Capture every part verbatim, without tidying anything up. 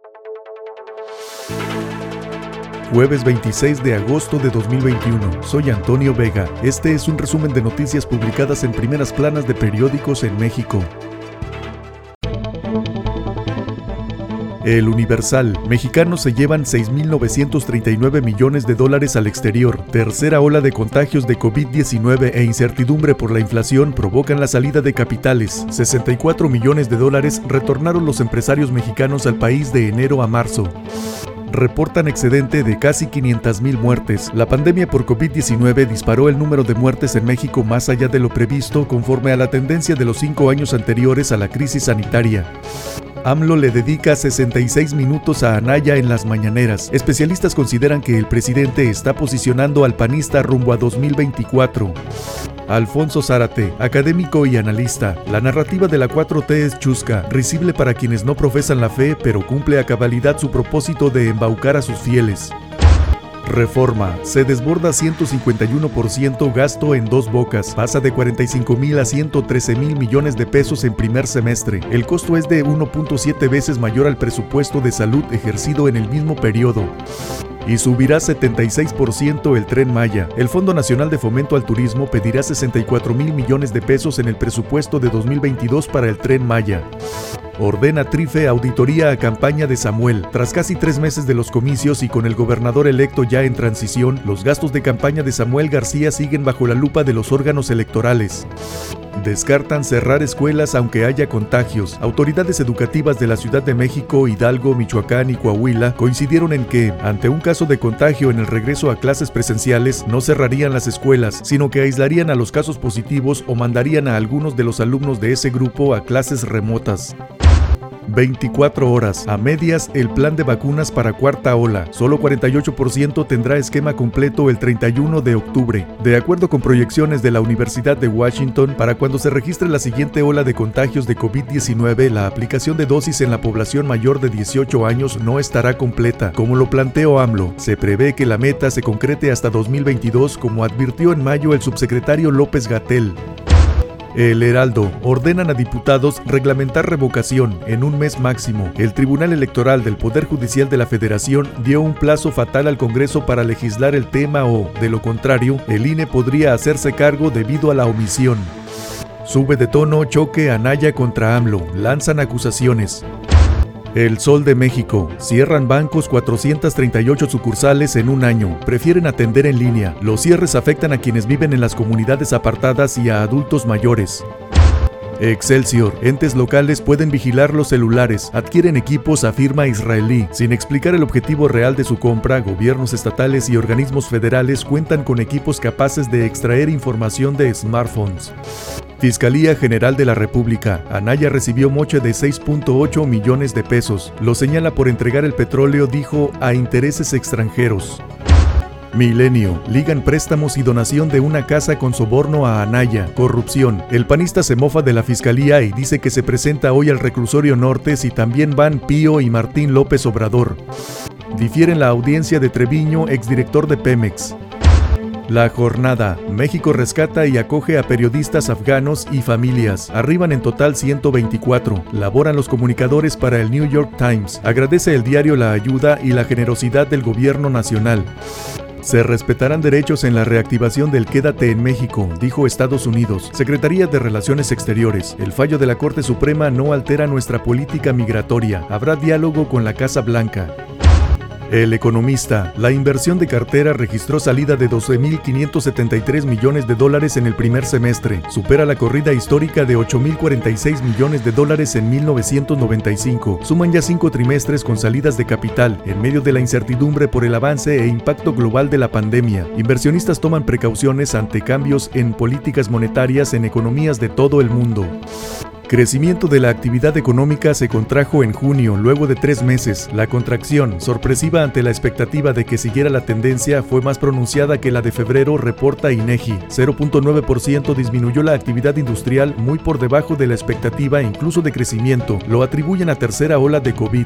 Jueves veintiséis de agosto de dos mil veintiuno. Soy Antonio Vega. Este es un resumen de noticias publicadas en primeras planas de periódicos en México. El Universal. Mexicanos se llevan seis mil novecientos treinta y nueve millones de dólares al exterior. Tercera ola de contagios de COVID diecinueve e incertidumbre por la inflación provocan la salida de capitales. sesenta y cuatro millones de dólares retornaron los empresarios mexicanos al país de enero a marzo. Reportan excedente de casi quinientas mil muertes. La pandemia por COVID diecinueve disparó el número de muertes en México más allá de lo previsto conforme a la tendencia de los cinco años anteriores a la crisis sanitaria. AMLO le dedica sesenta y seis minutos a Anaya en las mañaneras. Especialistas consideran que el presidente está posicionando al panista rumbo a dos mil veinticuatro. Alfonso Zárate, académico y analista. La narrativa de la cuatro T es chusca, risible para quienes no profesan la fe, pero cumple a cabalidad su propósito de embaucar a sus fieles. Reforma. Se desborda ciento cincuenta y uno por ciento gasto en Dos Bocas. Pasa de cuarenta y cinco mil a ciento trece mil millones de pesos en primer semestre. El costo es de uno punto siete veces mayor al presupuesto de salud ejercido en el mismo periodo. Y subirá setenta y seis por ciento el Tren Maya. El Fondo Nacional de Fomento al Turismo pedirá sesenta y cuatro mil millones de pesos en el presupuesto de dos mil veintidós para el Tren Maya. Ordena Trife auditoría a campaña de Samuel. Tras casi tres meses de los comicios y con el gobernador electo ya en transición, los gastos de campaña de Samuel García siguen bajo la lupa de los órganos electorales. Descartan cerrar escuelas aunque haya contagios. Autoridades educativas de la Ciudad de México, Hidalgo, Michoacán y Coahuila coincidieron en que, ante un caso de contagio en el regreso a clases presenciales, no cerrarían las escuelas, sino que aislarían a los casos positivos o mandarían a algunos de los alumnos de ese grupo a clases remotas. veinticuatro horas. A medias el plan de vacunas para cuarta ola. Solo cuarenta y ocho por ciento tendrá esquema completo el treinta y uno de octubre. De acuerdo con proyecciones de la Universidad de Washington, para cuando se registre la siguiente ola de contagios de COVID diecinueve, la aplicación de dosis en la población mayor de dieciocho años no estará completa, como lo planteó AMLO. Se prevé que la meta se concrete hasta dos mil veintidós, como advirtió en mayo el subsecretario López-Gatell. El Heraldo. Ordenan a diputados reglamentar revocación en un mes máximo. El Tribunal Electoral del Poder Judicial de la Federación dio un plazo fatal al Congreso para legislar el tema o, de lo contrario, el I N E podría hacerse cargo debido a la omisión. Sube de tono choque Anaya contra AMLO. Lanzan acusaciones. El Sol de México. Cierran bancos cuatrocientas treinta y ocho sucursales en un año. Prefieren atender en línea. Los cierres afectan a quienes viven en las comunidades apartadas y a adultos mayores. Excelsior. Entes locales pueden vigilar los celulares. Adquieren equipos a firma israelí. Sin explicar el objetivo real de su compra, gobiernos estatales y organismos federales cuentan con equipos capaces de extraer información de smartphones. Fiscalía General de la República. Anaya recibió moche de seis punto ocho millones de pesos. Lo señala por entregar el petróleo, dijo, a intereses extranjeros. Milenio. Ligan préstamos y donación de una casa con soborno a Anaya. Corrupción. El panista se mofa de la Fiscalía y dice que se presenta hoy al reclusorio norte si también van Pío y Martín López Obrador. Difieren la audiencia de Treviño, exdirector de Pemex. La Jornada. México rescata y acoge a periodistas afganos y familias. Arriban en total ciento veinticuatro. Laboran los comunicadores para el New York Times. Agradece el diario la ayuda y la generosidad del gobierno nacional. Se respetarán derechos en la reactivación del Quédate en México, dijo Estados Unidos. Secretaría de Relaciones Exteriores. El fallo de la Corte Suprema no altera nuestra política migratoria. Habrá diálogo con la Casa Blanca. El Economista. La inversión de cartera registró salida de doce mil quinientos setenta y tres millones de dólares en el primer semestre. Supera la corrida histórica de ocho mil cuarenta y seis millones de dólares en mil novecientos noventa y cinco. Suman ya cinco trimestres con salidas de capital, en medio de la incertidumbre por el avance e impacto global de la pandemia. Inversionistas toman precauciones ante cambios en políticas monetarias en economías de todo el mundo. Crecimiento de la actividad económica se contrajo en junio, luego de tres meses. La contracción, sorpresiva ante la expectativa de que siguiera la tendencia, fue más pronunciada que la de febrero, reporta INEGI. cero punto nueve por ciento disminuyó la actividad industrial, muy por debajo de la expectativa incluso de crecimiento. Lo atribuyen a tercera ola de COVID.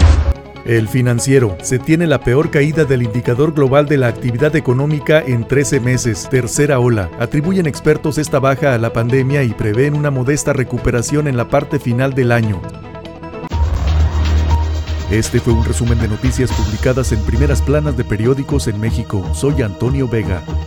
El Financiero. Se tiene la peor caída del indicador global de la actividad económica en trece meses, tercera ola. Atribuyen expertos esta baja a la pandemia y prevén una modesta recuperación en la parte final del año. Este fue un resumen de noticias publicadas en primeras planas de periódicos en México. Soy Antonio Vega.